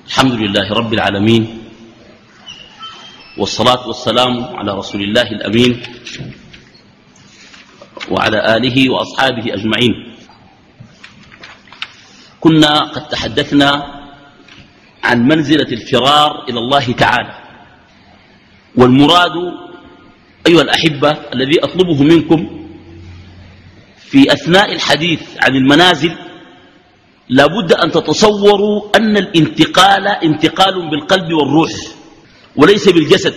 الحمد لله رب العالمين، والصلاة والسلام على رسول الله الأمين وعلى آله وأصحابه أجمعين. كنا قد تحدثنا عن منزلة الفرار إلى الله تعالى، والمراد أيها الأحبة الذي أطلبه منكم في أثناء الحديث عن المنازل لابد أن تتصوروا أن الانتقال انتقال بالقلب والروح وليس بالجسد.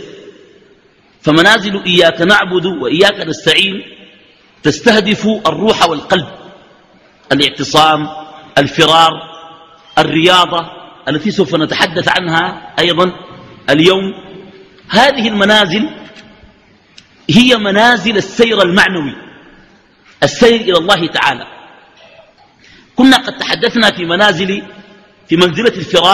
فمنازل إياك نعبد وإياك نستعين تستهدف الروح والقلب، الاعتصام، الفرار، الرياضة التي سوف نتحدث عنها أيضا اليوم. هذه المنازل هي منازل السير المعنوي، السير إلى الله تعالى. كنا قد تحدثنا في منزلة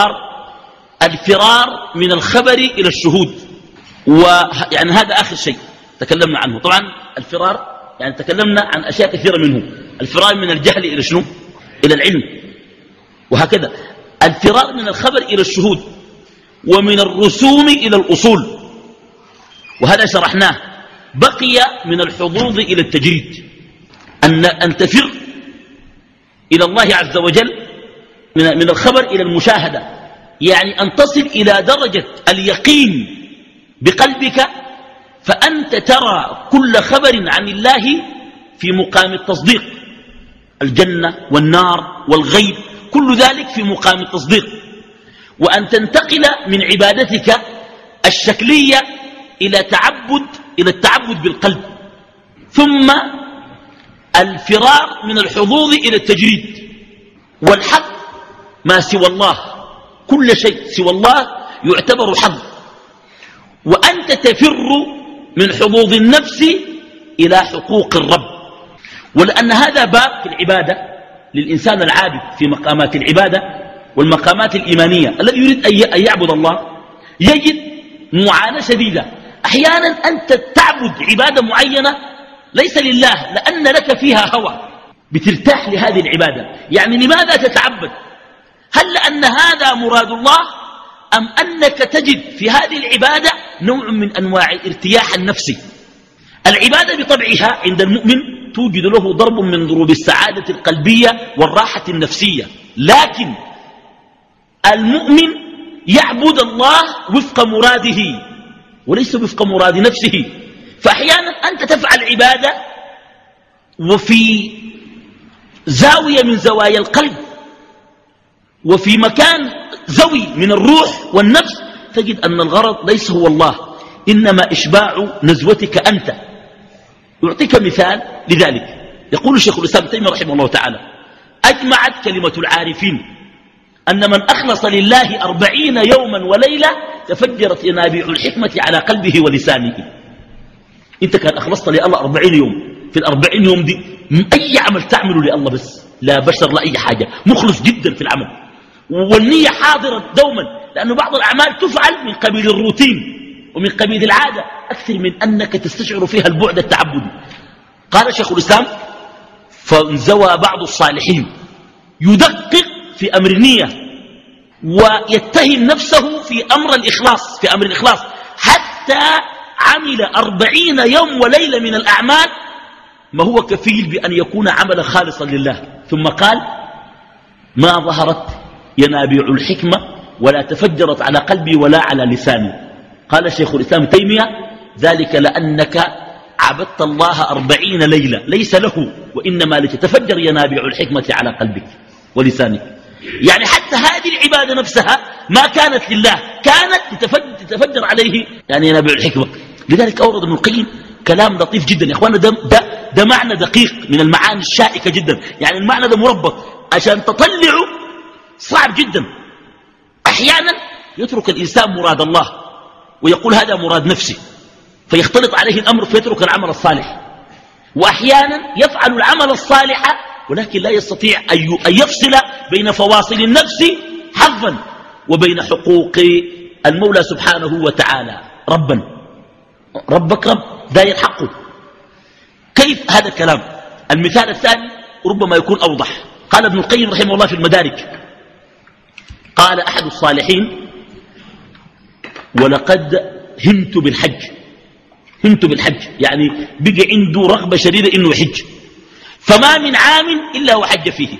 الفرار من الخبر إلى الشهود، ويعني هذا آخر شيء تكلمنا عنه. طبعا الفرار يعني تكلمنا عن أشياء كثيرة منه. الفرار من الجهل إلى شنو؟ إلى العلم، وهكذا الفرار من الخبر إلى الشهود، ومن الرسوم إلى الأصول، وهذا شرحناه. بقي من الحظوظ إلى التجريد، أن تفر إلى الله عز وجل من الخبر إلى المشاهدة، يعني أن تصل إلى درجة اليقين بقلبك، فأنت ترى كل خبر عن الله في مقام التصديق، الجنة والنار والغيب كل ذلك في مقام التصديق. وأن تنتقل من عبادتك الشكلية إلى التعبد بالقلب. ثم الفرار من الحظوظ إلى التجريد، والحظ ما سوى الله، كل شيء سوى الله يعتبر حظ. وأنت تفر من حظوظ النفس إلى حقوق الرب. ولأن هذا باب في العبادة للإنسان العابد في مقامات العبادة والمقامات الإيمانية. الذي يريد أن يعبد الله يجد معاناة شديدة. أحيانا أنت تعبد عبادة معينة ليس لله، لأن لك فيها هوى، بترتاح لهذه العبادة. يعني لماذا تتعبد؟ هل لأن هذا مراد الله، أم أنك تجد في هذه العبادة نوع من أنواع الارتياح النفسي؟ العبادة بطبعها عند المؤمن توجد له ضرب من ضروب السعادة القلبية والراحة النفسية، لكن المؤمن يعبد الله وفق مراده وليس وفق مراد نفسه. فأحيانا أنت تفعل عبادة وفي زاوية من زوايا القلب وفي مكان زوي من الروح والنفس، تجد أن الغرض ليس هو الله، إنما إشباع نزوتك أنت. يعطيك مثال لذلك. يقول الشيخ الإسلام ابن تيمية رحمه الله تعالى: أجمعت كلمة العارفين أن من أخلص لله 40 يوما وليلة تفجرت ينابيع الحكمة على قلبه ولسانه. انت كان أخلصت لله 40 يوم، في ال40 يوم دي أي عمل تعمله لله بس، لا بشر لا أي حاجة، مخلص جدا في العمل، والنية حاضرة دوما، لأن بعض الأعمال تفعل من قبيل الروتين ومن قبيل العادة أكثر من أنك تستشعر فيها البعد التعبدي. قال شيخ الإسلام: فانزوى بعض الصالحين يدقق في أمر النية ويتهم نفسه في أمر الإخلاص، حتى عمل 40 يوم وليلة من الأعمال ما هو كفيل بأن يكون عمل خالصا لله. ثم قال: ما ظهرت ينابيع الحكمة ولا تفجرت على قلبي ولا على لساني. قال شيخ الإسلام تيمية: ذلك لأنك عبدت الله 40 ليلة ليس له، وإنما لتتفجر ينابيع الحكمة على قلبك ولسانك. يعني حتى هذه العبادة نفسها ما كانت لله، كانت تتفجر عليه يعني ينابيع الحكمة. لذلك أورد ابن القيم كلام لطيف جدا يا أخوانا. ده معنى دقيق من المعاني الشائكة جدا. يعني المعنى ده مربط، عشان تطلعه صعب جدا. أحيانا يترك الإنسان مراد الله ويقول هذا مراد نفسي، فيختلط عليه الأمر فيترك العمل الصالح. وأحيانا يفعل العمل الصالح ولكن لا يستطيع أن يفصل بين فواصل النفس حظا وبين حقوق المولى سبحانه وتعالى. ربك رب داير حقه. كيف هذا الكلام؟ المثال الثاني ربما يكون أوضح. قال ابن القيم رحمه الله في المدارك: قال أحد الصالحين: ولقد همت بالحج، يعني بقى عنده رغبة شديدة إنه يحج، فما من عام إلا وحج فيه،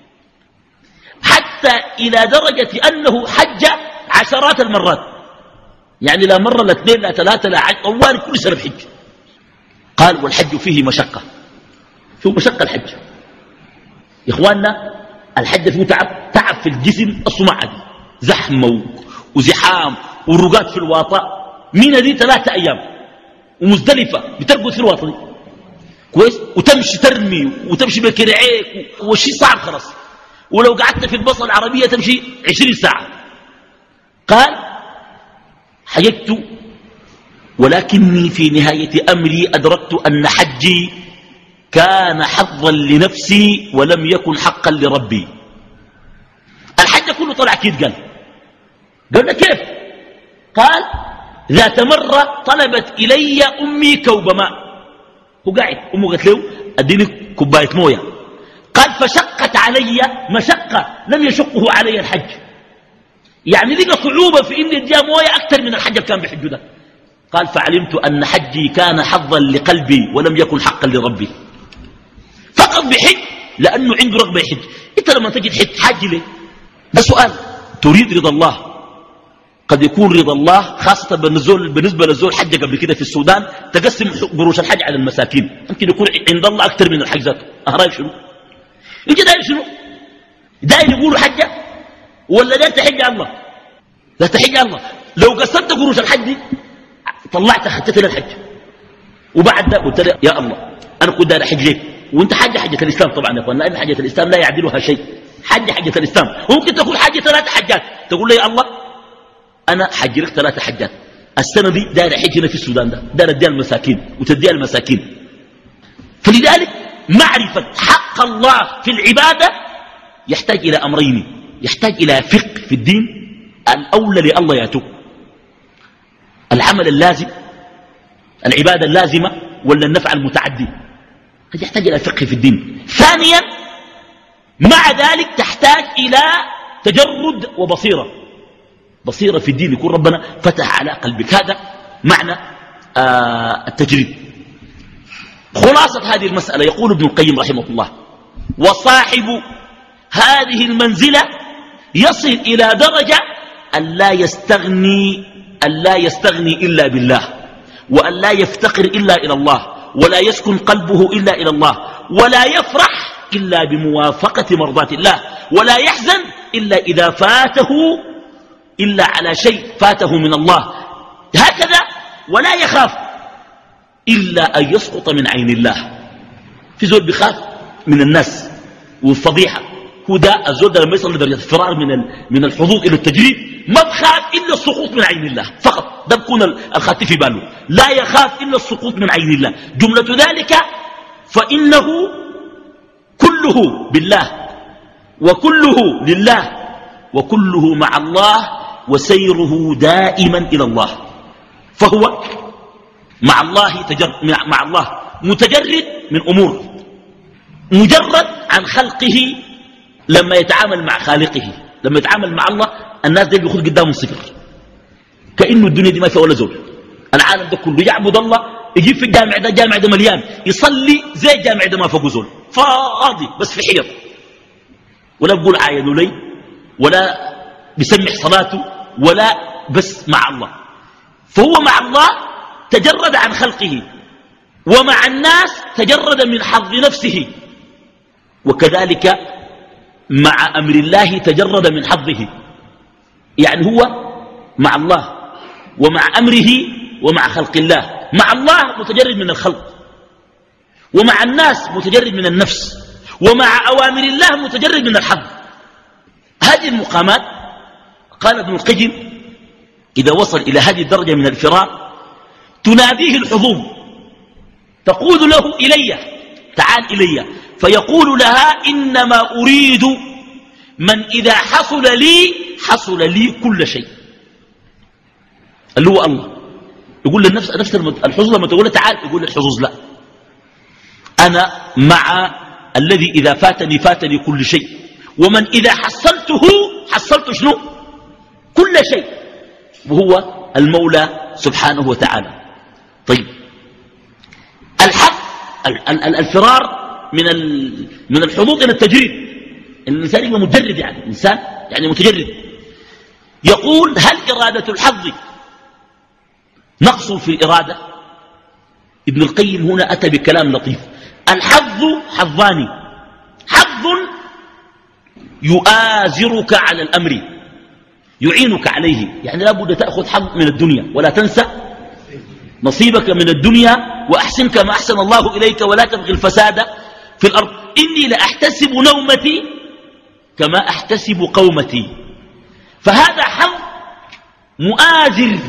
حتى إلى درجة أنه حج عشرات المرات، يعني لا مرة لا اثنين لا ثلاثة لا طوال كل سنة بحج. قال: والحج فيه مشقة، فيه مشقة الحج يا إخواننا. الحج فيه تعب في الجسم الصمعة، زحمة وزحام والرقاد في الواطة. من دي 3 أيام ومزدلفة بترقد في الواطة دي كويس، وتمشي ترمي وتمشي بالكرعيك والشيء صعب خلاص، ولو قعدت في البصرة العربية تمشي 20 ساعة. قال: حججت ولكني في نهاية أمري أدركت أن حجي كان حظا لنفسي ولم يكن حقا لربي. الحج كله طلع كيف؟ قال كيف؟ قال: ذات مرة طلبت إلي أمي كوب ماء، هو قاعد، أمه قالت له: أديني كوباية موية. قال: فشقت علي مشقة لم يشقه علي الحج، يعني لقى صعوبة في إني أديها موية أكثر من الحج كان بحج ده. قال: فعلمت أن حجي كان حظا لقلبي ولم يكن حقا لربي. فقط بحج لأنه عنده رغبة يحج. أنت لما تجي تحج حج ليه؟ ده سؤال. تريد رضا الله، قد يكون رضا الله خاصة بالنسبة للزول حج قبل كده في السودان تقسم قروش الحج على المساكين، يمكن يكون عند الله أكثر من الحج ذاته. رايك شنو؟ انت داير شنو؟ داير يقولوا حجة ولا داير تحج الله؟ لا تحج الله. لو قسمت قروش الحج دي طلعت خدتها للحج، وبعد ده قلت له: يا الله أنا كنت داير أحج ليك، وأنت حجة الإسلام طبعا يا أخوان، لأن حجة الإسلام لا يعدلها شيء. حجة الإسلام، وممكن تقول حجة 3 حجات، تقول لي: يا الله أنا حج لك 3 حجات، السنة دي داير أحج هنا في السودان، ده داير أديها المساكين وتديها المساكين. فلذلك معرفة حق الله في العبادة يحتاج إلى أمرين، يحتاج إلى فقه في الدين. الأولى لله ياتوك العمل اللازم، العبادة اللازمة ولا النفع المتعدي، هذا يحتاج إلى فقه في الدين. ثانيا مع ذلك تحتاج إلى تجرد وبصيرة، بصيرة في الدين، يكون ربنا فتح على قلبك. هذا معنى التجريد. خلاصة هذه المسألة يقول ابن القيم رحمه الله: وصاحب هذه المنزلة يصل إلى درجة أن لا يستغني إلا بالله، وأن لا يفتقر إلا إلى الله، ولا يسكن قلبه إلا إلى الله، ولا يفرح إلا بموافقة مرضات الله، ولا يحزن إلا إذا فاته إلا على شيء فاته من الله، هكذا. ولا يخاف إلا أن يسقط من عين الله. في زول بيخاف من الناس والفضيحة، هو ده الزول ده لما يصل لدرجة الفرار من الحظوظ إلى التجريد ما بخاف إلا السقوط من عين الله فقط. ده بكون الخاتف في باله، لا يخاف إلا السقوط من عين الله. جملة ذلك فإنه كله بالله وكله لله وكله مع الله وسيره دائما إلى الله. فهو مع الله متجرد من أمور، مجرد عن خلقه. لما يتعامل مع خالقه، لما يتعامل مع الله، الناس دي بيخذ قدامهم صفر، كأنه الدنيا دي ما فيها ولا زول. العالم ده كله يعبد الله، يجيب في الجامع ده مليان، يصلي زي الجامع ده ما فوق زول، فاضي بس في حير، ولا بقول عاينوا لي، ولا بيسمح صلاته، ولا بس مع الله. فهو مع الله تجرد عن خلقه، ومع الناس تجرد من حظ نفسه، وكذلك مع أمر الله تجرد من حظه. يعني هو مع الله ومع أمره ومع خلق الله. مع الله متجرد من الخلق، ومع الناس متجرد من النفس، ومع أوامر الله متجرد من الحظ. هذه المقامات قال ابن القيم إذا وصل إلى هذه الدرجة من الفراق تناديه الحظوظ، تقول له: إلي، تعال إلي. فيقول لها: إنما أريد من إذا حصل لي كل شيء، اللي هو الله. يقول للنفس، نفس الحظوظ لما تقول له تعال، يقول للحظوظ: لا، أنا مع الذي إذا فاتني كل شيء، ومن إذا حصلته حصلت شنو؟ كل شيء، وهو المولى سبحانه وتعالى. طيب الحظ، الفرار من الحظوظ إلى التجريد. الإنسان يبقى مجرد، يعني إنسان يعني متجرد. يقول هل إرادة الحظ نقص في الإرادة؟ ابن القيم هنا أتى بكلام لطيف. الحظ حظان: حظ يؤازرك على الأمر، يعينك عليه، يعني لا بد تأخذ حظ من الدنيا ولا تنسى نصيبك من الدنيا، وأحسن كما أحسن الله إليك ولا تبغي الفساد في الأرض. إني لأحتسب نومتي كما أحتسب قومتي. فهذا حظ مؤازر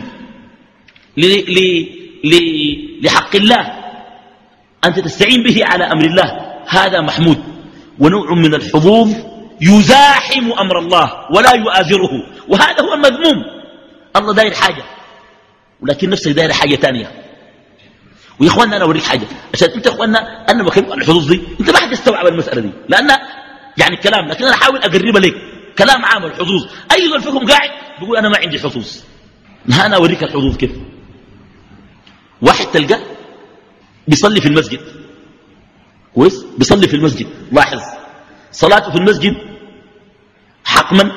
لحق الله، أنت تستعين به على أمر الله، هذا محمود. ونوع من الحظوظ يزاحم أمر الله ولا يؤازره، وهذا هو المذموم. الله داير حاجة ولكن نفسك داير حاجة تانية. ويا إخواننا أنا أوريك حاجة عشان أنت إخواننا أنا بكلم عن الحظوظ دي أنت ما حتستوعب المسألة دي، لأن يعني كلام، لكن أنا أحاول أقربها لك كلام عام. الحظوظ أي ذول فيكم قاعد بيقول أنا ما عندي حظوظ، أنا أوريك الحظوظ كيف. واحد تلقى بيصلي في المسجد كويس، بيصلي في المسجد، لاحظ صلاته في المسجد حق من؟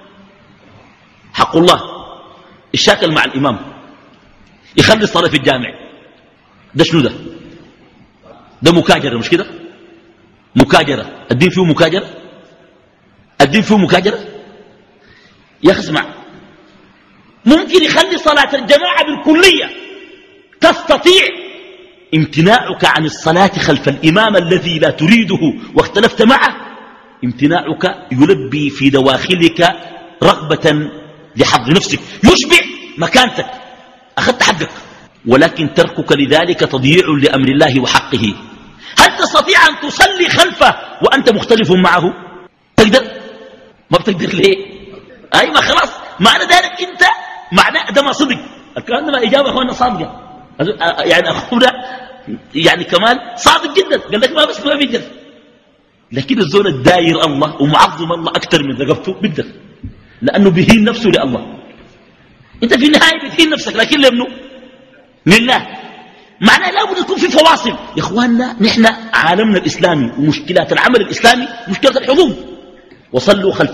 حق الله. الشاكل مع الإمام يخلي الصلاة في الجامع، ده شنو ده؟ ده مكاجرة، مش كده؟ مكاجرة. الدين فيه مكاجرة؟ الدين فيه مكاجرة؟ يا أخي اسمع، ممكن يخلي صلاة الجماعة بالكلية، تستطيع امتناعك عن الصلاة خلف الإمام الذي لا تريده واختلفت معه، امتناعك يلبي في دواخلك رغبة لحظ نفسك، يشبع مكانتك، أخذت حقك، ولكن تركك لذلك تضييع لأمر الله وحقه. هل تستطيع أن تصلي خلفه وأنت مختلف معه؟ تقدر؟ ما بتقدر ليه؟ أي ما خلاص معنى ذلك أنت معنى ده ما صدق. الكلام ده ما إجابة أخوانا صادقة، يعني أخونا يعني كمال صادق جدا، قال لك ما بس ما بيقدر. لكن الزول الداير الله ومعظم الله أكثر من رقبته بيقدر، لأنه بيهين نفسه لله. أنت في النهاية بتهين نفسك، لكن لمنه؟ لله. معناه لا بد تكون في فواصل. يا إخواننا نحن عالمنا الإسلامي ومشكلات العمل الإسلامي مشكلة الحظوظ. وصلوا خلف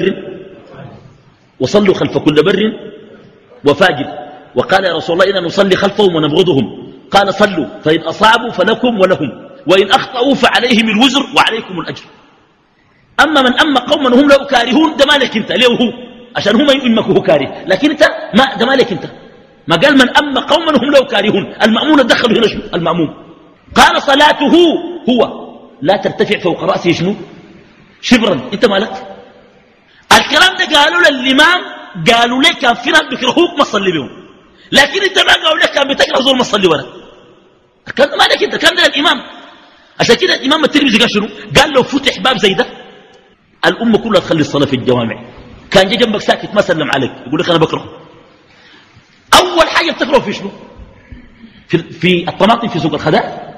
كل بر وفاجر. وقال يا رسول الله إنا نصلي خلفهم ونبغضهم، قال صلوا فإن أصابوا فلكم ولهم وإن أخطأوا فعليهم الوزر وعليكم الأجر. أما من أما قوما هم له كارهون، ده مالك أنت ليه هو عشان هم يؤمك هو كاره، لكن أنت ما ده مالك أنت. ما قال من أما قوما هم له كارهون، المأمون اتدخل هنا شنو؟ المأمون قال صلاته هو لا ترتفع فوق رأسه شنو؟ شبرا. أنت مالك؟ الكلام ده قالوا للإمام، قالوا لك كان في ناس بيكرهوك ما تصلي بهم، لكن أنت ما قالوا لك كان بتكره زول ما تصلي ولا. الكلام ده مالك أنت، كان ده الإمام. عشان كده الإمام الترمذي قال شنو؟ قال لو فتح باب زي ده الأمة كلها تخلي الصلاة في الجوامع. كان جا جنبك ساكت ما سلم عليك يقول لك أنا بكره. أول حاجة بتكره في شنو؟ في الطماطم في سوق الخضار.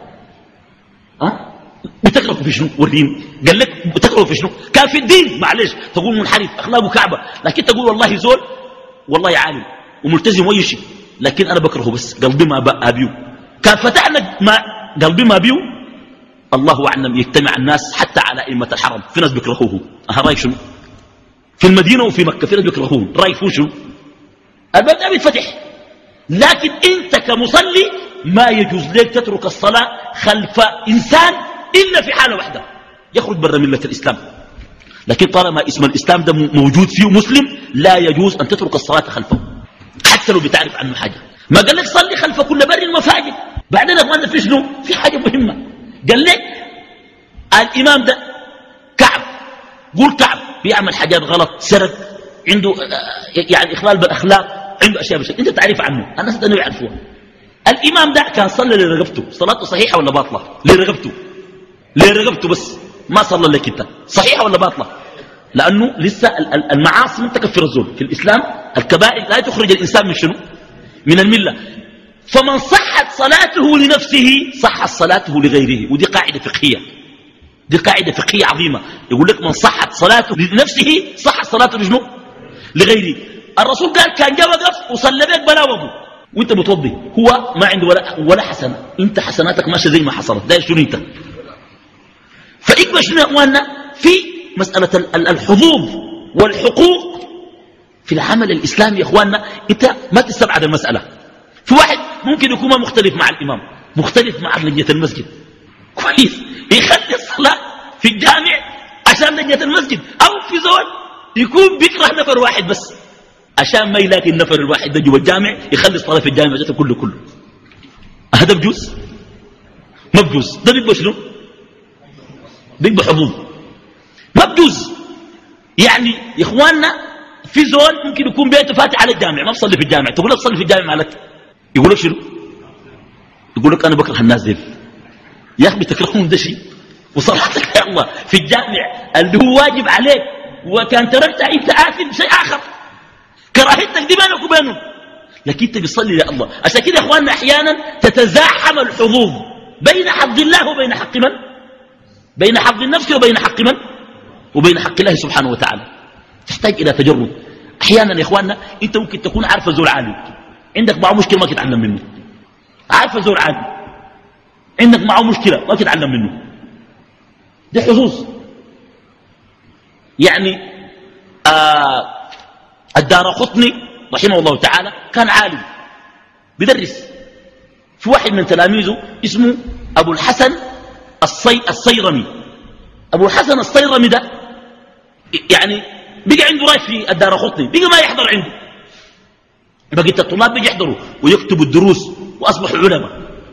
بتكره في شنو؟ وريني. قال لك بتكره في شنو؟ كان في الدين معلش تقول منحرف أخلاقه كعبة، لكن تقول والله زول والله عالم وملتزم ويشي، لكن أنا بكره بس قلبي ما بقى بيو. كان فتحنا ما قلبي ما بيو، الله أعلم يجتمع الناس حتى على أئمة الحرم، في ناس بيكرهوه. رأيك شنو؟ في المدينة وفي مكة في ناس بيكرهوه، رأيك فيه شنو؟ الباب ده بيتفتح. لكن أنت كمصلي ما يجوز لك تترك الصلاة خلف إنسان إلا في حالة واحدة يخرج برا ملة الإسلام. لكن طالما اسم الإسلام ده موجود فيه مسلم لا يجوز أن تترك الصلاة خلفه حتى لو بتعرف عنه حاجة. ما قال لك صلي خلف كل بر وفاجر. بعدين أخوانا في شنو؟ في حاجة مهمة. قال لك الإمام ده كعب، قول كعب بيعمل حاجات غلط، سرق، عنده يعني إخلال بالأخلاق، عنده أشياء بشيء أنت تعرف عنه، الناس ده يعرفوها. الإمام ده كان صلى لرغبته، صلاته صحيحة ولا باطلة؟ لرغبته بس، ما صلى لك أنت، صحيحة ولا باطلة؟ لأنه لسه المعاصي من تكفر الزول في الإسلام، الكبائر لا تخرج الإنسان من شنو؟ من الملة. فمن صحت صلاته لنفسه صحت صلاته لغيره، ودي قاعدة فقهية. دي قاعدة فقهية عظيمة. يقول لك من صحت صلاته لنفسه صحت صلاته لشنو؟ لغيره. الرسول قال كان جاء وقف وصلى بك بلا وضوء وانت بتوضي، هو ما عنده ولا حسنة، انت حسناتك ماشية زي ما حصلت، ده شنو انت؟ فإكبر شنو يا اخواننا في مسألة الحظوظ والحقوق في العمل الإسلامي يا اخواننا. انت ما تستبعد المسألة. في واحد ممكن يكون ما مختلف مع الإمام، مختلف مع لجنة المسجد، كويس، يخلي الصلاة في الجامع عشان لجنة المسجد، أو في زول يكون بيكره نفر واحد بس عشان ما يلاقي النفر الواحد ده جوا الجامع يخلي الصلاة في الجامع جاته كله. هذا بجوز؟ ما بجوز. ده بيبقى شنو؟ بيبقى حظوظ، ما بجوز. يعني يا اخواننا في زول ممكن يكون بيته فاتح على الجامع، ما بصلي في الجامع، تقول له تصلي في الجامع مالك؟ يقول لك شنو؟ يقول لك انا بكره الناس دي. يا اخي بتكرههم ده شيء، وصلاتك يا الله في الجامع اللي هو واجب عليك وكان تركتها انت آثم شيء اخر. كراهيتك دي بينك وبينهم، لكن انت بتصلي يا الله. عشان كده يا اخواننا احيانا تتزاحم الحظوظ بين حظ الله وبين حق من؟ بين حظ النفس وبين حق من؟ وبين حق الله سبحانه وتعالى. تحتاج الى تجرد. احيانا يا اخواننا انت ممكن تكون عارف زول عالم، عندك معه مشكله ما تتعلم منه. عارف زول عالم عندك معه مشكله ما تتعلم منه، دي حظوظ. يعني الدارقطني رحمه الله تعالى كان عالم بيدرس. في واحد من تلاميذه اسمه أبو الحسن الصيرمي. أبو الحسن الصيرمي ده يعني بقى عنده رأي في الدارقطني، بقى ما يحضر عنده، بقيت الطلاب بيجي يحضروا ويكتبوا الدروس وأصبحوا علماء.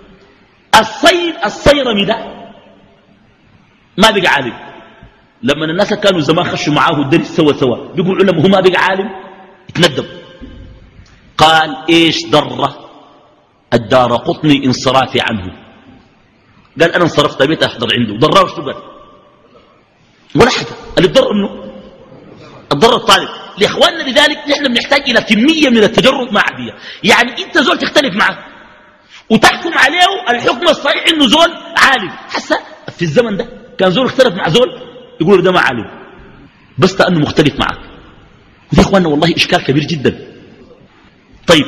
الصيرمي ده ما بقى عالم. لما الناس كانوا زمان خشوا معاه الدرس سوا بيقول علماء، هو ما بقى عالم، اتندم. قال ايش ضر الدارقطني انصرافي عنه؟ قال انا انصرفت بيت احضر عنده، ضراه شو؟ قال ولا حاجه. اللي ضر انه الضر الطالب. لاخواننا لذلك نحن بنحتاج الى كميه من التجرد ما عاديه. يعني انت زول تختلف معه وتحكم عليه الحكم الصحيح انه زول عالم. حسا في الزمن ده كان زول اختلف مع زول يقول له ده ما عالم بس لانه مختلف معك. ودي اخواننا والله اشكال كبير جدا. طيب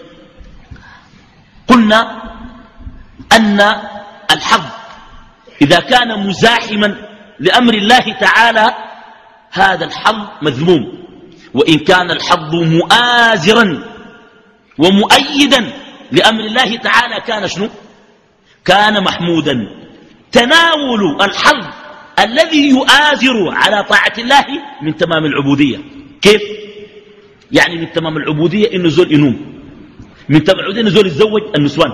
قلنا ان الحظ اذا كان مزاحما لامر الله تعالى هذا الحظ مذموم، وان كان الحظ مؤازرا ومؤيدا لامر الله تعالى كان شنو؟ كان محمودا. تناول الحظ الذي يؤازر على طاعة الله من تمام العبودية. كيف؟ يعني من تمام العبودية إنه زول ينوم، من تمام العبودية إنه زول يتزوج النسوان،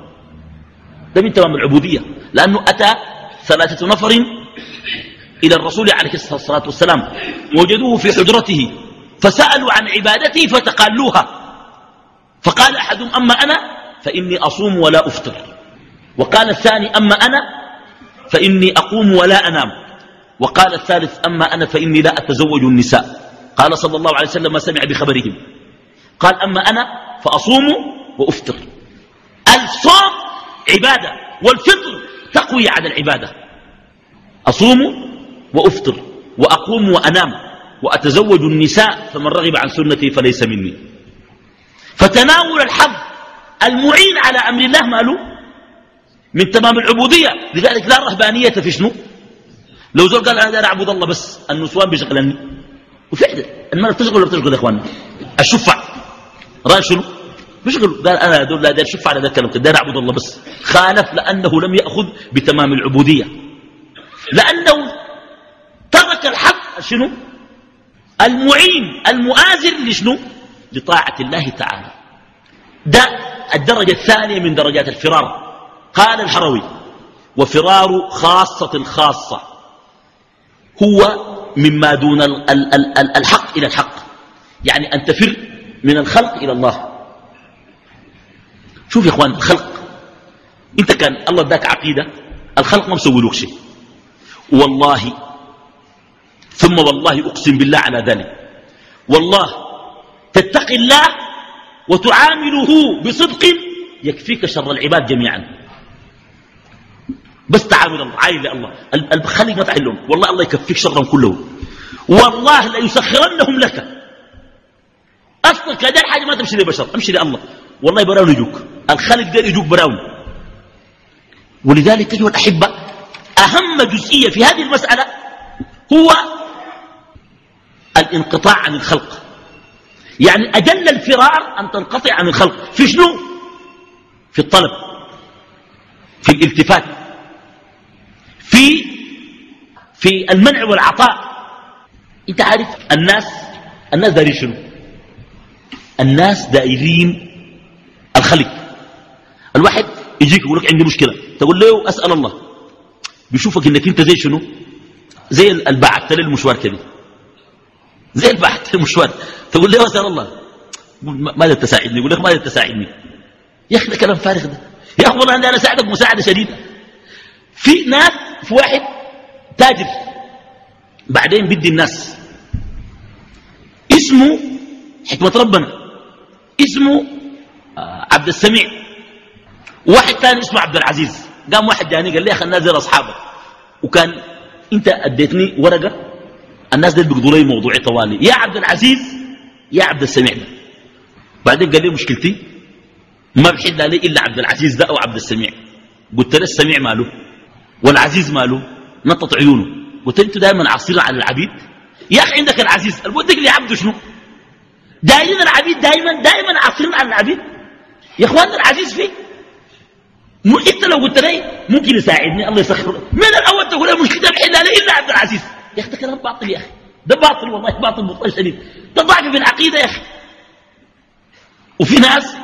ده من تمام العبودية. لأنه أتى 3 نفر إلى الرسول عليه الصلاة والسلام وجدوه في حجرته فسألوا عن عبادته فتقالوها، فقال أحدهم أما أنا فإني أصوم ولا أفطر، وقال الثاني أما أنا فإني أقوم ولا أنام، وقال الثالث أما أنا فإني لا أتزوج النساء. قال صلى الله عليه وسلم ما سمع بخبرهم، قال أما أنا فأصوم وأفطر. الصوم عبادة والفطر تقوي على العبادة. أصوم وأفطر وأقوم وأنام وأتزوج النساء فمن رغب عن سنتي فليس مني. فتناول الحظ المعين على أمر الله ماله من تمام العبودية. لذلك لا رهبانية في شنو؟ لو زول قال أنا داير أعبد الله بس النسوان بيشغلني، وفعلا المرأة بتشغل ولا بتشغل يا إخواننا؟ الشفع رأي شنو؟ بيشغل. قال أنا دول لا داير شفع، لا داير كلام، داير أعبد الله بس. خالف لأنه لم يأخذ بتمام العبودية، لأنه ترك الحق شنو؟ المعين المؤازر لشنو؟ لطاعة الله تعالى. ده الدرجة الثانية من درجات الفرار. قال الحروي وفرار خاصة الخاصة هو مما دون الحق إلى الحق، يعني أن تفر من الخلق إلى الله. شوف يا إخوان، الخلق أنت كان الله اداك عقيدة، الخلق ما مسوي لك شيء، والله ثم والله أقسم بالله على ذلك. والله تتقي الله وتعامله بصدق يكفيك شر العباد جميعا. بس تعامل الله عايل لله. الخلق ما تعلم والله الله يكفيك شرهم كله، والله لا يسخرنهم لك. اصلا كده حاجه ما تمشي لبشر، امشي لله والله براون يجوك، الخلق ده يجوك براون. ولذلك ايها الاحبه اهم جزئيه في هذه المساله هو الانقطاع عن الخلق. يعني اجل الفرار ان تنقطع عن الخلق. في شنو؟ في الطلب، في الالتفات، في المنع والعطاء. انت عارف الناس دايرين شنو؟ الناس دايرين الخلق. الواحد يجيك يقول لك عندي مشكله، تقول له اسال الله، بيشوفك انك انت زي شنو؟ زي البعثت له المشوار كده، زي البعثت له المشوار، تقول له اسال الله، ماذا تساعدني؟ يقول لك ماذا تساعدني؟ يا اخي ده كلام فارغ ده. يا اخي والله انا اساعدك مساعده شديده. في ناس، في واحد تاجر بعدين بدي الناس، اسمه حكمة ربنا، اسمه عبد السميع. واحد ثاني اسمه عبد العزيز. قام واحد جاني قال لي يا اخي الناس دي اصحابك، وكان انت اديتني ورقه، الناس دي بيقضوا لي موضوعي طوالي، يا عبد العزيز يا عبد السميع ده. بعدين قال لي مشكلتي ما بحل علي الا عبد العزيز ده او عبد السميع. قلت له السميع ماله والعزيز ماله؟ نطط عيونه. قلت له انتوا دائما عاصرين على العبيد. يا اخي عندك العزيز، البودك لي عبده شنو؟ دايرين العبيد، دائما عاصرين على العبيد. يا اخواننا العزيز فيه، انت لو قلت لي ممكن يساعدني الله يسخر، من الاول تقول لي مشكلتي بحل علي الا عبد العزيز. يا اخي ده كلام باطل، يا اخي ده باطل والله، باطل بطل شديد، ده ضعف في العقيده يا اخي. وفي ناس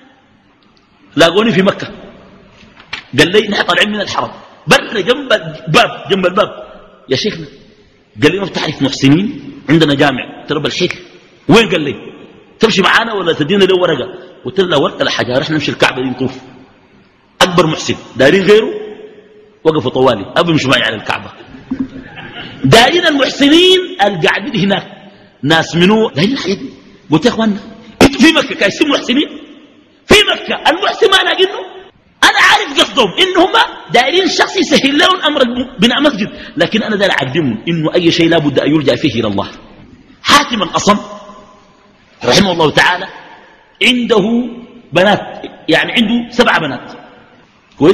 لاقوني في مكه، قال لي نحن طالعين من الحرم برا جنب الباب يا شيخنا، قال لي ما بتعرف محسنين عندنا جامع ترى بالحيل. وين؟ قال لي تمشي معانا ولا تدينا له ورقه؟ قلت له لا ورقه لا حاجه، رحنا نمشي الكعبه دي نطوف. اكبر محسن دايرين غيره وقفوا طوالي ابو مش معي على الكعبه. دايرين المحسنين القاعدين هناك ناس منو دايرين الحاجات دي. قلت يا اخوانا انتوا في مكه كايسين محسنين؟ في مكه المحسن ما لاقينه. انا عارف قصدهم انهم دايرين الشخص يسهل لهم امر بناء مسجد، لكن انا داير اعلمهم انه اي شيء لابد ان يرجع فيه الى الله. حاتم الاصم رحمه الله تعالى عنده بنات، يعني عنده 7 بنات كويس.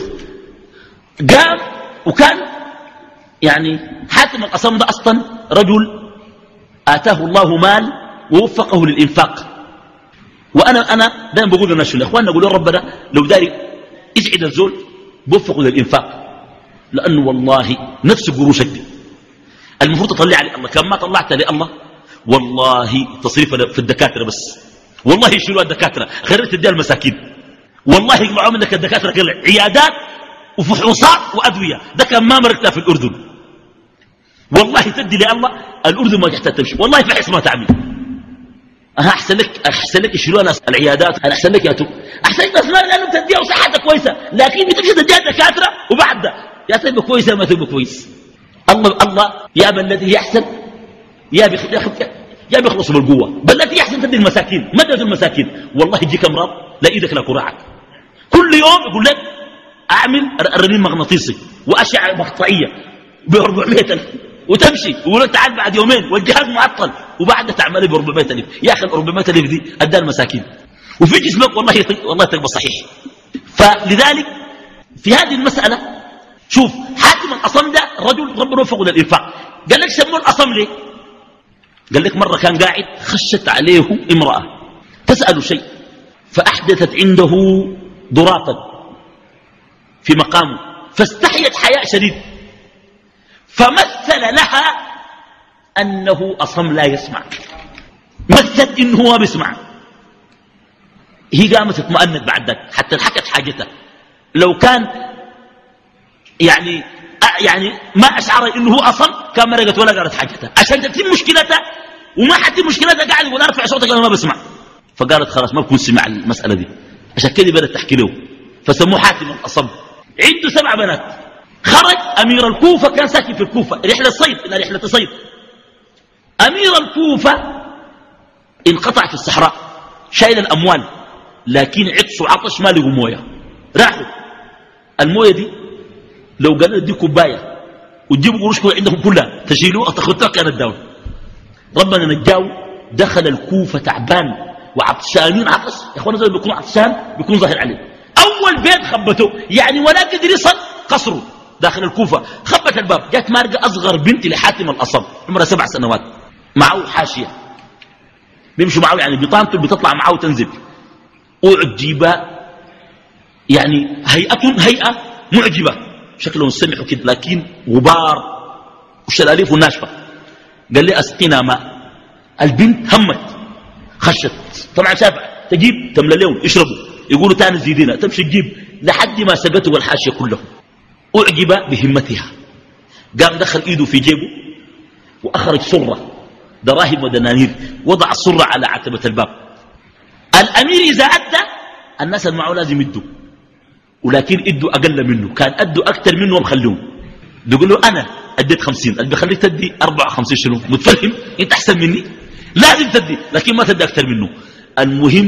قام وكان يعني حاتم الاصم ده اصلا رجل اتاه الله مال ووفقه للانفاق. وانا دائما بقول للناس الاخوان، نقول ربنا لو داري اسعد الزول بوفقه للانفاق، لانه والله نفس قروشك دي المفروض تطلع على الله. كم ما طلعت لله والله تصريف في الدكاتره بس، والله يشيلوا الدكاتره خير تديها المساكين، والله يقلعوا منك الدكاتره كلها عيادات وفحوصات وادويه. ده كان ما مرقتها في الاردن، والله تدي لله الاردن ما تحتاج تمشي، والله فحص ما تعمل. احسن لك يشيلوا ناس العيادات، انا احسن لك يا تو، احسن لك ناس مال لانه بتديها وصحتها كويسه، لكن بتمشي تديها الدكاتره وبعد ده يا تبقى كويسه يا ما تبقى كويس. الله يا من الذي يحسن يا بيخلص بالقوه، بل التي يحسن تدي المساكين. مدد المساكين والله يجيك امراض لا ايدك لا كراعك. كل يوم يقول لك اعمل رنين مغناطيسي واشعه مقطعيه ب 400,000 وتمشي، يقول لك تعال بعد يومين والجهاز معطل وبعد تعمل ب 400,000. يا اخي ال 400,000 دي اداها المساكين وفي جسمك والله تبقى صحيح. فلذلك في هذه المساله شوف حاتم الاصم ده رجل ربنا وفقه للانفاق. قال لك سموه الاصم ليه؟ قال لك مره كان قاعد خشت عليه امراه تسال شيء فاحدثت عنده ضراطا في مقامه، فاستحيت حياء شديد، فمثل لها أنه أصم لا يسمع، مثل إنه هو بيسمع. هي قامت اطمأنت بعد ذلك حتى حكت حاجتها. لو كان يعني ما أشعر إنه هو أصم كان مرقت ولا قالت حاجتها عشان تتم مشكلتها، وما حتم مشكلتها قاعد يقول أرفع صوتك أنا ما بسمع. فقالت خلاص ما بكون سمع المسألة دي، عشان كده بدأت تحكي له، فسموه حاتم الأصم. عنده 7 بنات. خرج أمير الكوفة، كان ساكن في الكوفة رحلة صيد إلى رحلة صيد. أمير الكوفة انقطع في الصحراء شايل الأموال، لكن عطس وعطش ما لقوا مويه. راحوا المويه دي لو قال دي كوبايه وتجيبوا قروشكم عندكم كلها تشيلوها تاخذوها كانت داون. ربنا نجاو، دخل الكوفه تعبان وعطشانين عطش يا اخوانا، زي بيكون عطشان بيكون ظاهر عليه. اول بيت خبته يعني ولا قدر يصل قصره داخل الكوفه، خبت الباب، جات مارقه اصغر بنت لحاتم الاصم عمرها 7 سنوات، معه حاشيه بيمشوا معه، يعني بطانته بتطلع معه وتنزل، أعجب يعني هيئة معجبة، شكلهم سمح كده لكن غبار وشلاليف ناشفة. قال لي أسقنا ماء. البنت همت خشت، طبعا شافع تجيب تملى لهم يشربوا، يقولوا تاني زيدنا، تمشي تجيب لحد ما سقته والحاشية كله. أعجب بهمتها، قام دخل إيده في جيبه وأخرج صرة دراهم ودنانير، وضع الصرة على عتبة الباب. الأمير إذا أدى الناس اللي معه لازم يدوا، ولكن ادوا أقل منه، كان ادوا أكثر منه ومخلوهم. يقول له أنا أديت 50، اللي بيخليك تدي 54 شنو؟ متفهم؟ أنت أحسن مني لازم تدي، لكن ما تدي أكثر منه. المهم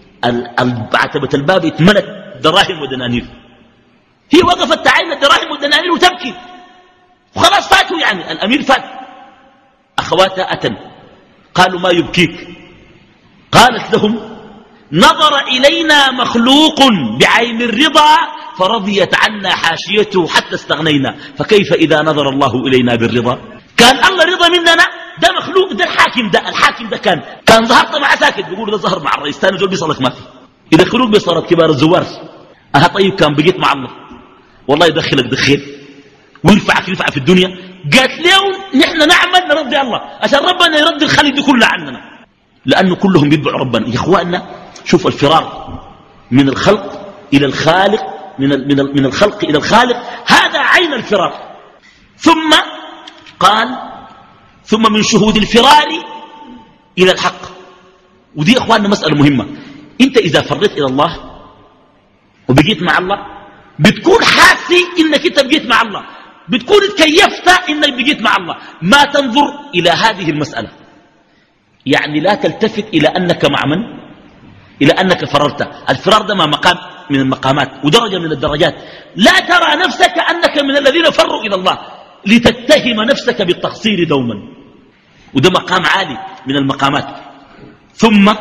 عتبة الباب اتملت دراهم ودنانير، هي وقفت تعاين الدراهم والدنانير وتبكي، وخلاص فاتوا، يعني الأمير فات. أخواتها أتن قالوا ما يبكيك؟ قالت لهم نظر إلينا مخلوق بعين الرضا فرضيت عنا حاشيته حتى استغنينا، فكيف إذا نظر الله إلينا بالرضا؟ كان الله رضا مننا، ده مخلوق، ده الحاكم، ده الحاكم ده كان ظهرت مع ساكت، بيقولوا ده ظهر مع الرئيس ثاني زول بيصلك ما في، يدخلوك بصارت كبار الزوار. طيب كان بقيت مع الله والله يدخلك دخيل ويرفعك في الدنيا. قالت له نحن نعمل نرضي الله عشان ربنا يرضي الخلق دي كلها عننا، لأنه كلهم بيتبعوا ربنا. يا إخواننا شوف الفرار من الخلق إلى الخالق، من الخلق إلى الخالق، هذا عين الفرار. ثم قال ثم من شهود الفرار إلى الحق. ودي يا إخواننا مسألة مهمة. أنت إذا فريت إلى الله وبقيت مع الله بتكون حاسي إنك أنت بقيت مع الله، بتكون اتكيفت إنك بقيت مع الله، ما تنظر إلى هذه المسألة، يعني لا تلتفت إلى أنك مع من؟ إلى أنك فررت. الفرار ده ما مقام من المقامات ودرجة من الدرجات. لا ترى نفسك أنك من الذين فروا إلى الله لتتهم نفسك بالتقصير دوما، وده مقام عالي من المقامات. ثم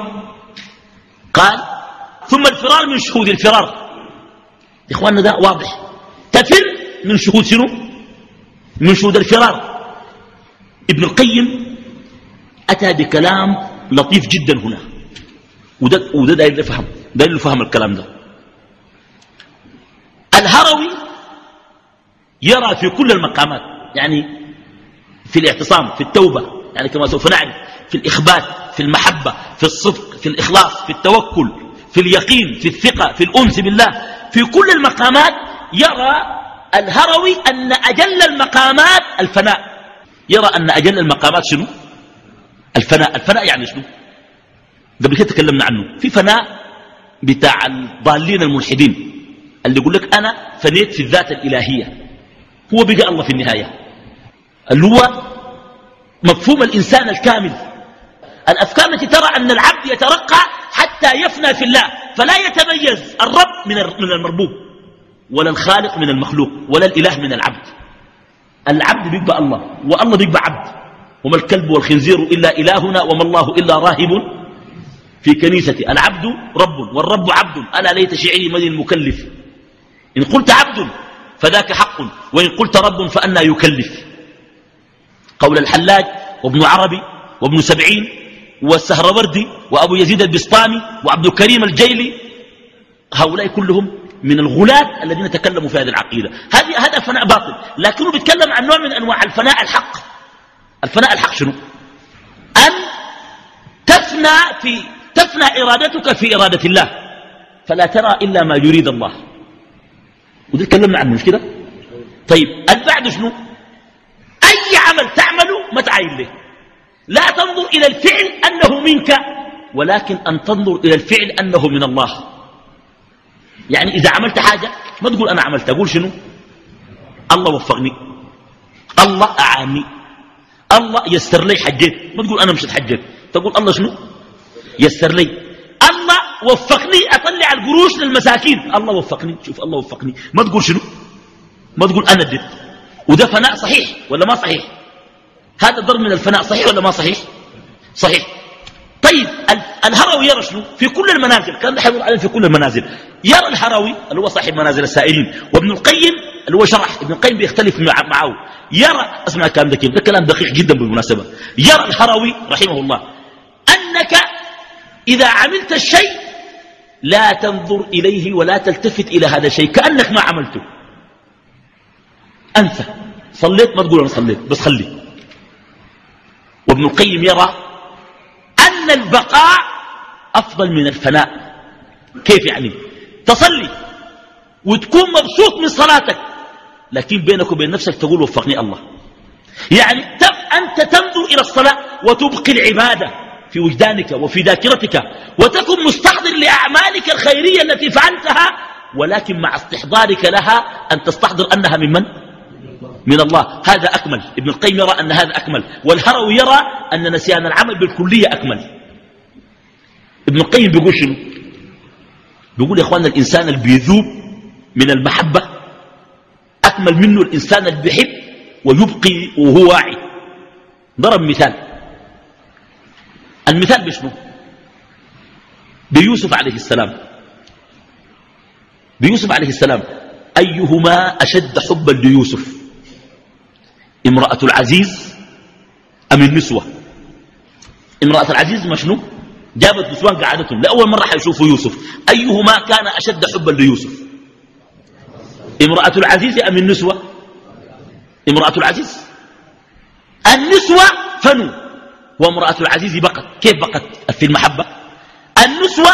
قال ثم الفرار من شهود الفرار. يا إخواننا ده واضح، تفر من شهود شنو؟ من شهود الفرار. ابن القيم أتى بكلام لطيف جدا هنا، وده داير يفهم، داير يفهم الكلام ده. الهروي يرى في كل المقامات، يعني في الاعتصام، في التوبة، يعني كما سوف نعرف، في الإخبات، في المحبة، في الصدق، في الإخلاص، في التوكل، في اليقين، في الثقة، في الأنس بالله، في كل المقامات يرى الهروي أن أجل المقامات الفناء. يرى أن أجل المقامات شنو؟ الفناء. الفناء يعني شنو؟ قبل كده تكلمنا عنه. في فناء بتاع الضالين الملحدين اللي يقول لك أنا فنيت في الذات الإلهية، هو بقى الله في النهاية، اللي هو مفهوم الإنسان الكامل. الأفكار التي ترى أن العبد يترقى حتى يفنى في الله، فلا يتميز الرب من المربوب، ولا الخالق من المخلوق، ولا الإله من العبد. العبد بيبقى الله، والله بيبقى عبد. وما الكلب والخنزير إلا إلهنا وما الله إلا راهب في كنيستي. العبد رب والرب عبد، ألا ليت شعري من المكلف. إن قلت عبد فذاك حق، وإن قلت رب فأنا يكلف. قول الحلاج وابن عربي وابن سبعين والسهروردي وأبو يزيد البسطامي وعبد الكريم الجيلي، هؤلاء كلهم من الغلاة الذين تكلموا في هذه العقيدة. هذا فناء باطل، لكنه بيتكلم عن نوع من أنواع الفناء الحق. الفناء الحق شنو؟ أن تفنى إرادتك في إرادة الله، فلا ترى إلا ما يريد الله. وده تكلمنا عنه مش كده؟ طيب البعد شنو؟ أي عمل تعمله ما تعاين له، لا تنظر إلى الفعل أنه منك، ولكن أن تنظر إلى الفعل أنه من الله. يعني إذا عملت حاجة ما تقول أنا عملت، أقول شنو؟ الله وفقني، الله أعاني، الله يسر لي حجيت. ما تقول أنا مش حجيت، تقول الله شنو؟ يسر لي، الله وفقني أطلع القروش للمساكين، الله وفقني، شوف الله وفقني. ما تقول شنو؟ ما تقول أنا اديت. وده فناء صحيح ولا ما صحيح؟ هذا ضرب من الفناء صحيح ولا ما صحيح؟ صحيح. طيب الهروي يرى شنو في كل المنازل؟ كان ده حيقول عليه في كل المنازل. يرى الهروي اللي هو صاحب منازل السائرين، وابن القيم اللي هو شرح ابن القيم بيختلف معه. يرى، اسمع الكلام ده كيف، ده كلام دقيق جدا بالمناسبة. يرى الهروي رحمه الله أنك إذا عملت الشيء لا تنظر إليه ولا تلتفت إلى هذا الشيء كأنك ما عملته. أنت صليت ما تقول أنا صليت، بس خلي. وابن القيم يرى أن البقاء أفضل من الفناء. كيف يعني؟ تصلي وتكون مبسوط من صلاتك، لكن بينك وبين نفسك تقول وفقني الله. يعني أنت تنظر إلى الصلاة وتبقي العبادة في وجدانك وفي ذاكرتك، وتكون مستحضر لأعمالك الخيرية التي فعلتها، ولكن مع استحضارك لها أن تستحضر أنها من من؟ من الله. هذا أكمل. ابن القيم يرى أن هذا أكمل، والهروي يرى أن نسيان العمل بالكلية أكمل. ابن القيم بيقول شنو؟ بيقول يا إخواننا الإنسان اللي بيذوب من المحبة أكمل منه الإنسان اللي بيحب ويبقي وهو واعي. ضرب مثال. المثال بشنو؟ بيوسف عليه السلام. بيوسف عليه السلام أيهما أشد حبا ليوسف؟ امرأة العزيز أم النسوة؟ امرأة العزيز ما شنو؟ جابت نسوان قعدتهم لأول مرة حيشوفوا يوسف. أيهما كان أشد حبا ليوسف؟ امرأة العزيز أم النسوة؟ امرأة العزيز. النسوة فنوا وامرأة العزيز بقت. كيف بقت في المحبة؟ النسوة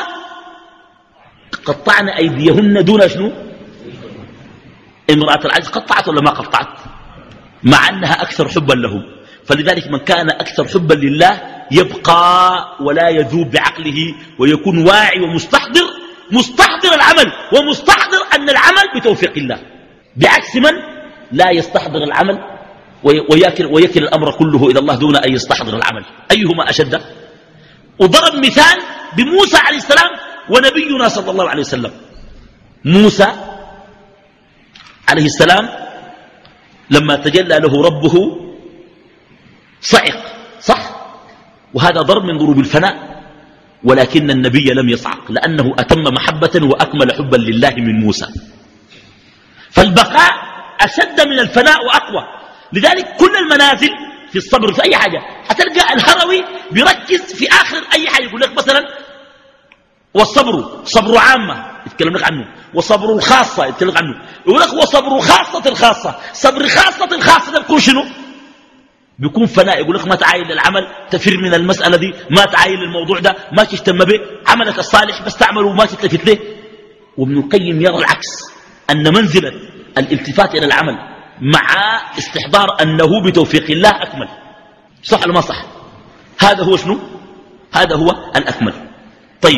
قطعن أيديهن دون شنو؟ امرأة العزيز قطعت ولا ما قطعت؟ مع أنها أكثر حبا لهم. فلذلك من كان أكثر حبا لله يبقى ولا يذوب بعقله، ويكون واعي مستحضر العمل، ومستحضر أن العمل بتوفيق الله، بعكس من لا يستحضر العمل ويكل الأمر كله إلى الله دون أن يستحضر العمل. أيهما أشد؟ وضرب مثال بموسى عليه السلام ونبينا صلى الله عليه وسلم. موسى عليه السلام لما تجلى له ربه صعق، صح؟ وهذا ضرب من ضروب الفناء، ولكن النبي لم يصعق لأنه أتم محبة وأكمل حبا لله من موسى. فالبقاء أشد من الفناء وأقوى. لذلك كل المنازل في الصبر في أي حاجة هتلقى الهروي بيركز في آخر أي حاجة. يقول لك مثلا والصبر صبر عامة يتكلم لك عنه، وصبر الخاصة يتكلم لك عنه. يقول لك وصبر خاصة الخاصة. صبر خاصة الخاصة ده بيكون شنو؟ بيكون فناء. يقول لك ما تعايل للعمل، تفر من المسألة دي، ما تعايل للموضوع ده، ما تهتم به، عملك الصالح بس تعمله وما تلتفت له. وابن القيم يرى العكس، أن منزلة الالتفات إلى العمل مع استحضار أنه بتوفيق الله أكمل. صح ولا ما صح؟ هذا هو شنو؟ هذا هو الأكمل. طيب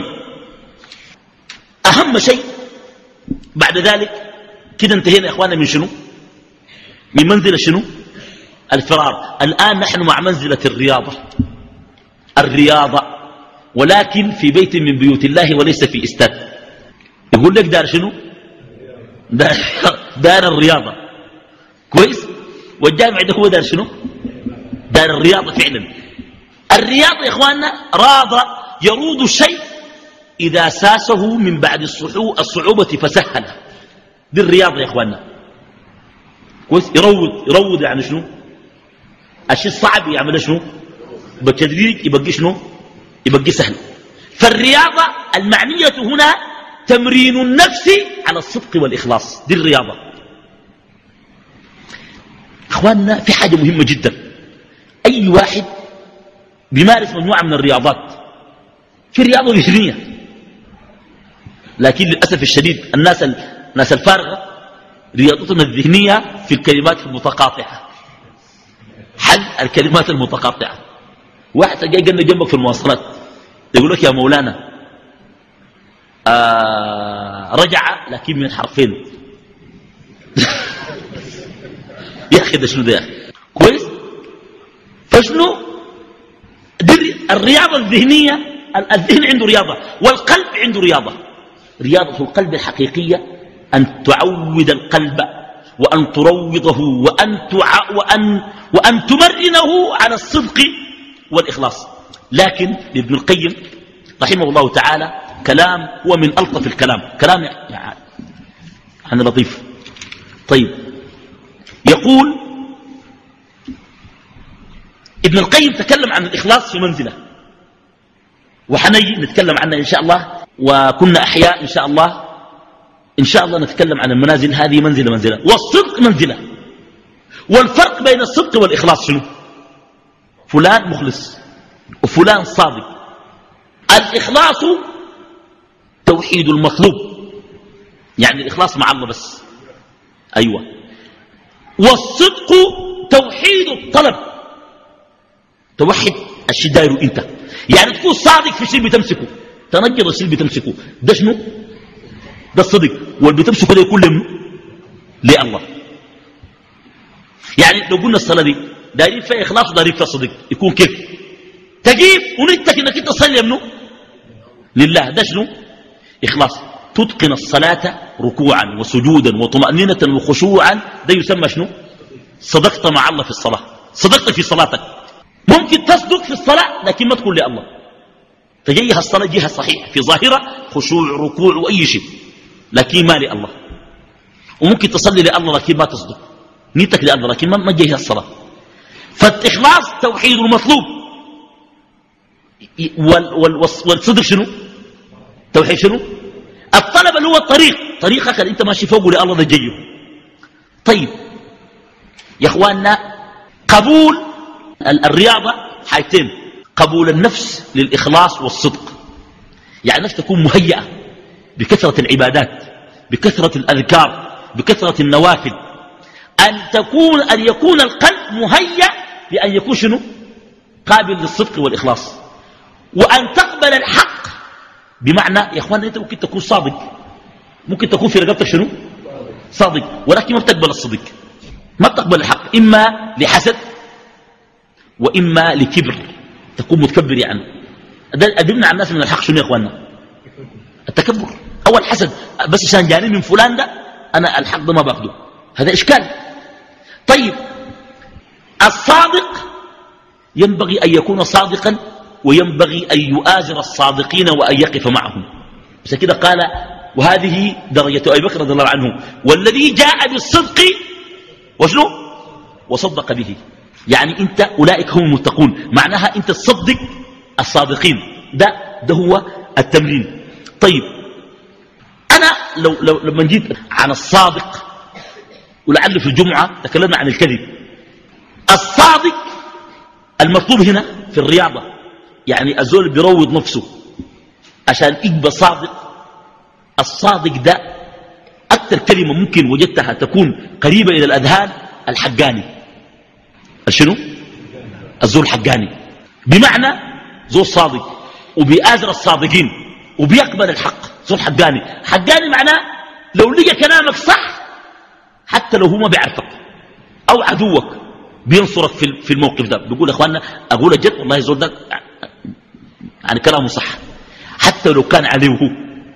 أهم شيء بعد ذلك كده انتهينا يا إخوانا من شنو؟ من منزلة شنو؟ الفرار. الآن نحن مع منزلة الرياضة، ولكن في بيت من بيوت الله وليس في استاد. يقول لك دار شنو؟ دار الرياضة. كويس؟ والجامع ده هو دار شنو؟ دار الرياضة فعلا. الرياضة يا إخواننا راض يروض الشيء إذا ساسه من بعد الصعوبة فسهل. دي الرياضة يا إخواننا. كويس؟ يروض يعني شنو؟ الشيء الصعب يعمل شنو؟ بالتدريج يبقى شنو؟ يبقى سهل. فالرياضة المعنية هنا تمرين النفس على الصدق والإخلاص. دي الرياضة. إخواننا في حاجة مهمة جدا، أي واحد بيمارس مجموعة من الرياضات، في رياضة ذهنية، لكن للأسف الشديد الناس الفارغة رياضتنا الذهنية في الكلمات المتقاطعة. حل الكلمات المتقاطعة. واحد جاي قلنا جنبك في المواصلات يقول لك يا مولانا رجع لكن من حرفين. يا أخي ده شنو ده يا أخي؟ كويس؟ فشنو الرياضة الذهنية؟ الذهن عنده رياضة والقلب عنده رياضة. رياضة القلب الحقيقية أن تعود القلب وأن تروضه وأن تمرنه على الصدق والإخلاص. لكن لابن القيم رحمه الله تعالى كلام هو من ألطف الكلام، كلام يعني لطيف. طيب، يقول ابن القيم تكلم عن الإخلاص في منزلة، وحنجي نتكلم عنها إن شاء الله، وكنا أحياء إن شاء الله، إن شاء الله نتكلم عن المنازل هذه منزلة، والصدق منزلة. والفرق بين الصدق والإخلاص شنو؟ فلان مخلص وفلان صادق. الإخلاص توحيد المطلوب، يعني الإخلاص مع الله بس، أيوة. والصدق توحيد الطلب، توحد الشيء دايره انت، يعني تكون صادق في الشيء بتمسكه، تنجر الشيء بتمسكه، ده شنو؟ ده الصدق. واللي بتمسكه ده يكون لله. يعني لو قلنا الصلاة دي دايرين فيها إخلاص ودايرين فيها صدق، يكون كيف؟ تجيب ونيتك انك انت تصلي منه لله، ده شنو؟ إخلاص. تتقن الصلاة ركوعا وسجودا وطمأنينة وخشوعا، ده يسمى شنو؟ صدقت مع الله في الصلاة، صدقت في صلاتك. ممكن تصدق في الصلاة لكن ما تكون لله، فجيها الصلاة جهة صحيحة في ظاهرة، خشوع ركوع وأي شيء، لكن ما لله. وممكن تصلي لله لكن ما تصدق، نيتك لله لكن ما جيها الصلاة. فالإخلاص توحيد المطلوب، والصدق شنو؟ توحيد شنو؟ الطلب اللي هو الطريق، طريقك اللي انت ماشي فوقه لله ده جيه. طيب يا اخواننا، قبول الرياضة حاجتين: قبول النفس للإخلاص والصدق، يعني النفس تكون مهيئة بكثرة العبادات، بكثرة الأذكار، بكثرة النوافل، أن يكون القلب مهيأ لأن يكون شنو؟ قابل للصدق والإخلاص. وأن تقبل الحق، بمعنى يا اخواننا انت ممكن تكون صادق، ممكن تكون في رقبتك شنو؟ صادق، ولكن ما بتقبل الصدق، ما بتقبل الحق، إما لحسد وإما لكبر، تكون متكبر. يعني ده بيمنع الناس من الحق شنو يا اخواننا؟ التكبر أو الحسد، بس عشان جاني من فلان ده أنا الحق ده ما باخده، هذا إشكال. طيب، الصادق ينبغي أن يكون صادقا، وينبغي أن يؤازر الصادقين وأن يقف معهم. بس كده قال: وهذه درجة أبي بكر رضي الله عنه، والذي جاء بالصدق وشنو؟ وصدق به. يعني انت أولئك هم المتقون، معناها انت تصدق الصادقين، ده هو التمرين. طيب، أنا لما جيت عن الصادق، ولعل في الجمعة تكلمنا عن الكذب. الصادق المطلوب هنا في الرياضة، يعني الزول بيروض نفسه عشان يبقى صادق. الصادق ده أكثر كلمة ممكن وجدتها تكون قريبة إلى الأذهان: الحقاني. شنو؟ الزول حقاني، بمعنى زول صادق وبيآزر الصادقين وبيقبل الحق. زول حقاني، حقاني معناه لو لقى كلامك صح حتى لو هو ما بيعرفك أو عدوك بينصرك في الموقف ده، بيقول: يا اخواننا أقول الجد والله زول ده يعني كلامه صح حتى لو كان عليه هو.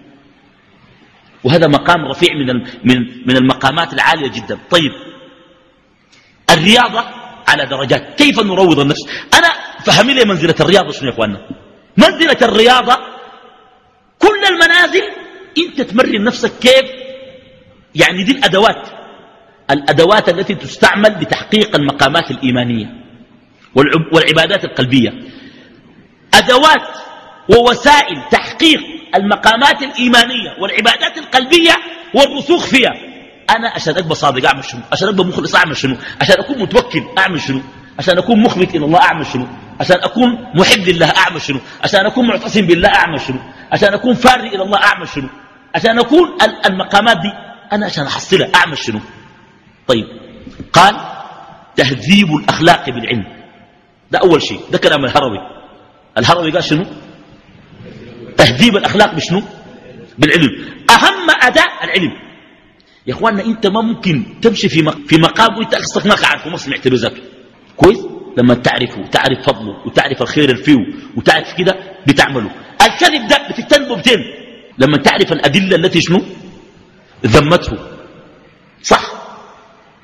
وهذا مقام رفيع من المقامات العالية جدا. طيب، الرياضة على درجات، كيف نروض النفس؟ أنا فهمي لي منزلة الرياضة شنو يا اخواننا؟ منزلة الرياضة كل المنازل انت تمرن نفسك كيف، يعني دي الأدوات التي تستعمل لتحقيق المقامات الإيمانية والعبادات القلبية، أدوات ووسائل تحقيق المقامات الإيمانية والعبادات القلبية والرسوخ فيها. أنا عشان أبقى صادق أعمل شنو؟ عشان أبقى مخلص أعمل شنو؟ عشان أكون متوكل أعمل شنو؟ عشان أكون مخبت إلى الله أعمل شنو؟ عشان أكون محب لله أعمل شنو؟ عشان أكون معتصم بالله أعمل شنو؟ عشان أكون فاري إلى الله أعمل شنو؟ عشان أكون المقامات دي أنا عشان أحصلها أعمل شنو؟ طيب، قال: تهذيب الأخلاق بالعلم. ده أول شيء، ده كلام الهروي قال شنو؟ تهذيب الأخلاق بشنو؟ بالعلم. أهم أداء العلم يا اخواننا. انت ما ممكن تمشي في مقام وانت اقصدك ما تعرفه، ما سمعت له ذاته كويس. لما تعرفه وتعرف فضله وتعرف الخير اللي فيه وتعرف كده بتعمله. الكذب ده بتجتنبه بتين لما تعرف الأدلة التي شنو ذمته، صح؟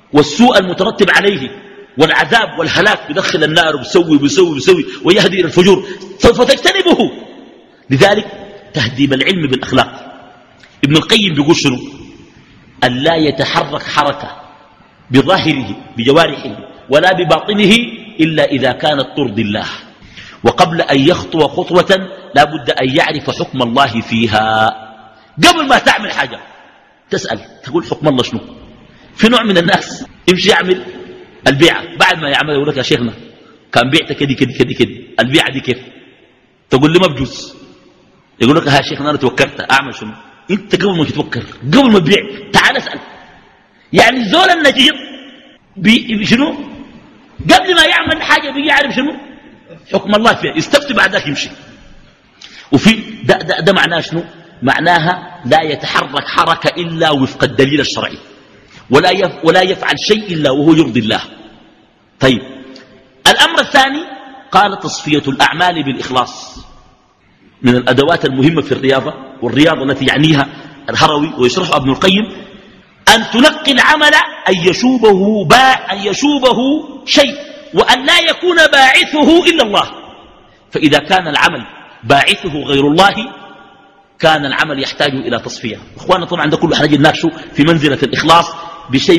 والسوء المترتب عليه والعذاب والهلاك، يدخل النار وبيسوي ويهدي إلى الفجور، سوف تجتنبه. لذلك تهذيب العلم بالأخلاق. ابن القيم بيقول شنو؟ أن لا يتحرك حركة بظاهره بجوارحه ولا بباطنه إلا إذا كانت ترضي الله، وقبل أن يخطو خطوة لا بد أن يعرف حكم الله فيها. قبل ما تعمل حاجة تسأل تقول حكم الله شنو. في نوع من الناس يمشي يعمل البيعة، بعد ما يعمل يقول لك يا شيخنا كان بيعت كدي كدي كدي كدي، البيعة دي كيف؟ تقول لي ما بجوز. يقول لك يا شيخنا أنا توكلت أعمل شنو؟ أنت قبل ما تتوكل قبل ما تبيع تعال اسأل. يعني الزول النجيب شنو قبل ما يعمل حاجة بيجي يعرف شنو حكم الله فيها، يستفتي بعد ذاك يمشي. وفي ده معناه شنو؟ معناها لا يتحرك حركة إلا وفق الدليل الشرعي، ولا يفعل شيء إلا وهو يرضي الله. طيب الأمر الثاني قال تصفية الأعمال بالإخلاص. من الأدوات المهمة في الرياضة، والرياضة التي يعنيها الهروي ويشرحها ابن القيم، أن تنقي العمل أن يشوبه شيء، وأن لا يكون باعثه إلا الله. فإذا كان العمل باعثه غير الله كان العمل يحتاج إلى تصفية. إخوانا طبعا ده كله حنجي نناقشه في منزلة الإخلاص بشيء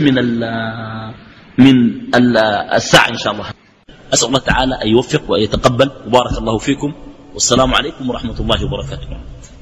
من الساعة إن شاء الله. أسأل الله تعالى أن يوفق وأن يتقبل، وبارك الله فيكم، والسلام عليكم ورحمة الله وبركاته.